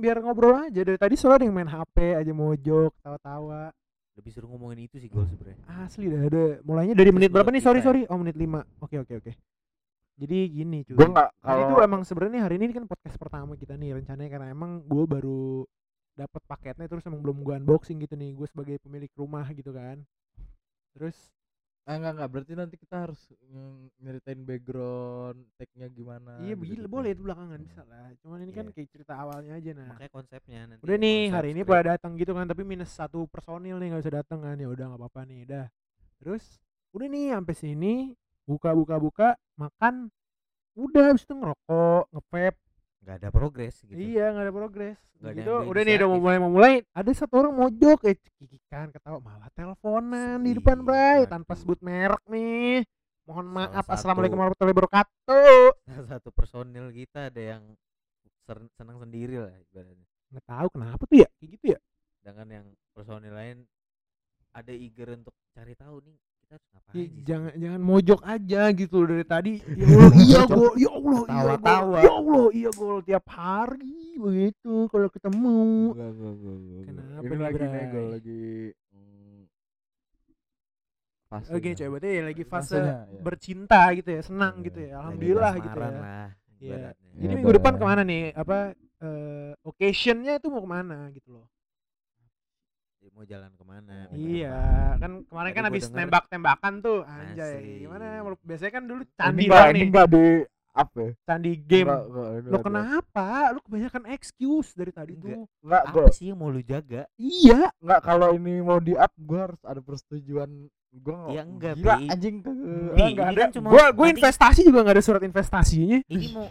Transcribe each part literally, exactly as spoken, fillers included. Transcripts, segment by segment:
biar ngobrol aja. Dari tadi soalnya ada yang main H P aja mojok, tawa-tawa. Lebih seru ngomongin itu sih gol sebenarnya. Asli dah ada. Mulainya dari Terus menit berapa buat nih? kita Sorry ya. sorry. Oh menit lima. Oke oke oke. Jadi gini cuy. Gue nggak Hari itu kalau emang sebenarnya hari ini kan podcast pertama kita nih rencananya, karena emang gue baru dapat paketnya, terus emang belum gue unboxing gitu nih, gue sebagai pemilik rumah gitu kan. Terus eh, enggak enggak berarti nanti kita harus ng- nyeritain background tag-nya gimana. iya gitu begini gitu. boleh itu belakangan bisa lah. Cuman ini kan Iya. kayak cerita awalnya aja nah. Makanya konsepnya nanti. Udah nih konsep hari ini script. pada datang gitu kan, tapi minus satu personil nih nggak bisa datang kan. Ya udah nggak apa-apa nih dah. Terus udah nih sampai sini buka buka buka makan, udah habis itu ngerokok ngevape. Nggak ada progres gitu. Iya nggak ada progres Nggak ada gitu. yang Udah nih udah mau berinisiatif. mulai mau mulai ada satu orang mojok eh cekikikan ketawa malah teleponan di depan Ih, Bray tanpa aduh. sebut merek nih. Mohon Salah maaf. satu. Assalamualaikum warahmatullahi wabarakatuh. Salah satu personil kita ada yang ser- senang sendiri lah ibaratnya. Nggak tahu kenapa tuh ya kayak gitu ya. Sedangkan yang personil lain ada eager untuk cari tahu nih kita harus ngapain Ya, sih. jangan jangan mojok aja gitu loh dari tadi. Ya Allah iya gol, ya Allah iya gol, Tawa-tawa. ya Allah iya gol tiap hari begitu kalau ketemu. Enggak, enggak, enggak, enggak, enggak. Kenapa Ini nih, lagi Bray? nih gue lagi mm, fasenya. Oke coba berarti lagi fase Fasenya, ya. bercinta gitu ya, senang Iya. gitu ya. Lagi Alhamdulillah gitu kasmaran ya. lah Iya. ibaratnya. Jadi Ya, minggu depan Bray. kemana nih? Apa eh, occasionnya itu mau kemana gitu loh? Dia mau jalan kemana? Oh. minggu Iya, depan. kan kemarin Tadi kan gua habis denger- nembak-tembakan tuh, anjay. Asik. Gimana? Biasanya kan dulu Ini candi enggak, doang ini nih, enggak di apa ya? candi game. Enggak, enggak, ini Lo enggak di- kenapa? Lu kebanyakan excuse dari tadi Enggak. tuh. Enggak, Apa gue sih yang mau lu jaga? Iya. enggak kalau ini mau di up gue harus ada persetujuan gue. Ya enggak, gila Bi. anjing ke Bi, Enggak ini ada. kan cuma Gua gua nanti- investasi juga enggak ada surat investasinya. Ini mau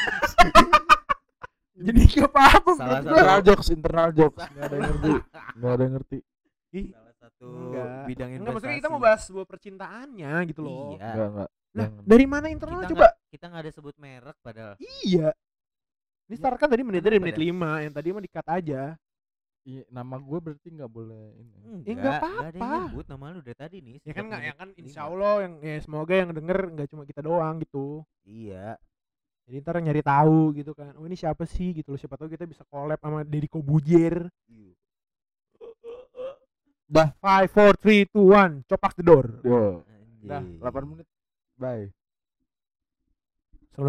Jadi enggak apa-apa Salah menurut satu- gua. internal jokes, internal jokes. Enggak ada yang ngerti. Enggak ada yang ngerti. Ih, salah satu enggak. bidang investasi. Enggak, maksudnya kita mau bahas sebuah percintaannya gitu loh. Iya. Enggak, enggak. Nah, Jangan. dari mana internal Kita coba? nggak- kita nggak ada sebut merek padahal. Iya. Ini start kan tadi menit dari Kenapa menit dah? lima, yang tadi mah di-cut aja. Iya, nama gue berarti enggak boleh ini. Ya, nggak nggak ada apa-apa. yang nyebut nama lu dari tadi nih. Ya kan sejak enggak ya menit kan lima. insya Allah yang ya semoga yang denger enggak cuma kita doang gitu. Iya. Jadi ntar nyari tahu gitu kan. Oh ini siapa sih gitu loh. Siapa tahu kita bisa collab sama Deddy Kobuzier. Dah. five four three two one, copak the door. Yo, Anjing. dah delapan menit. Bye.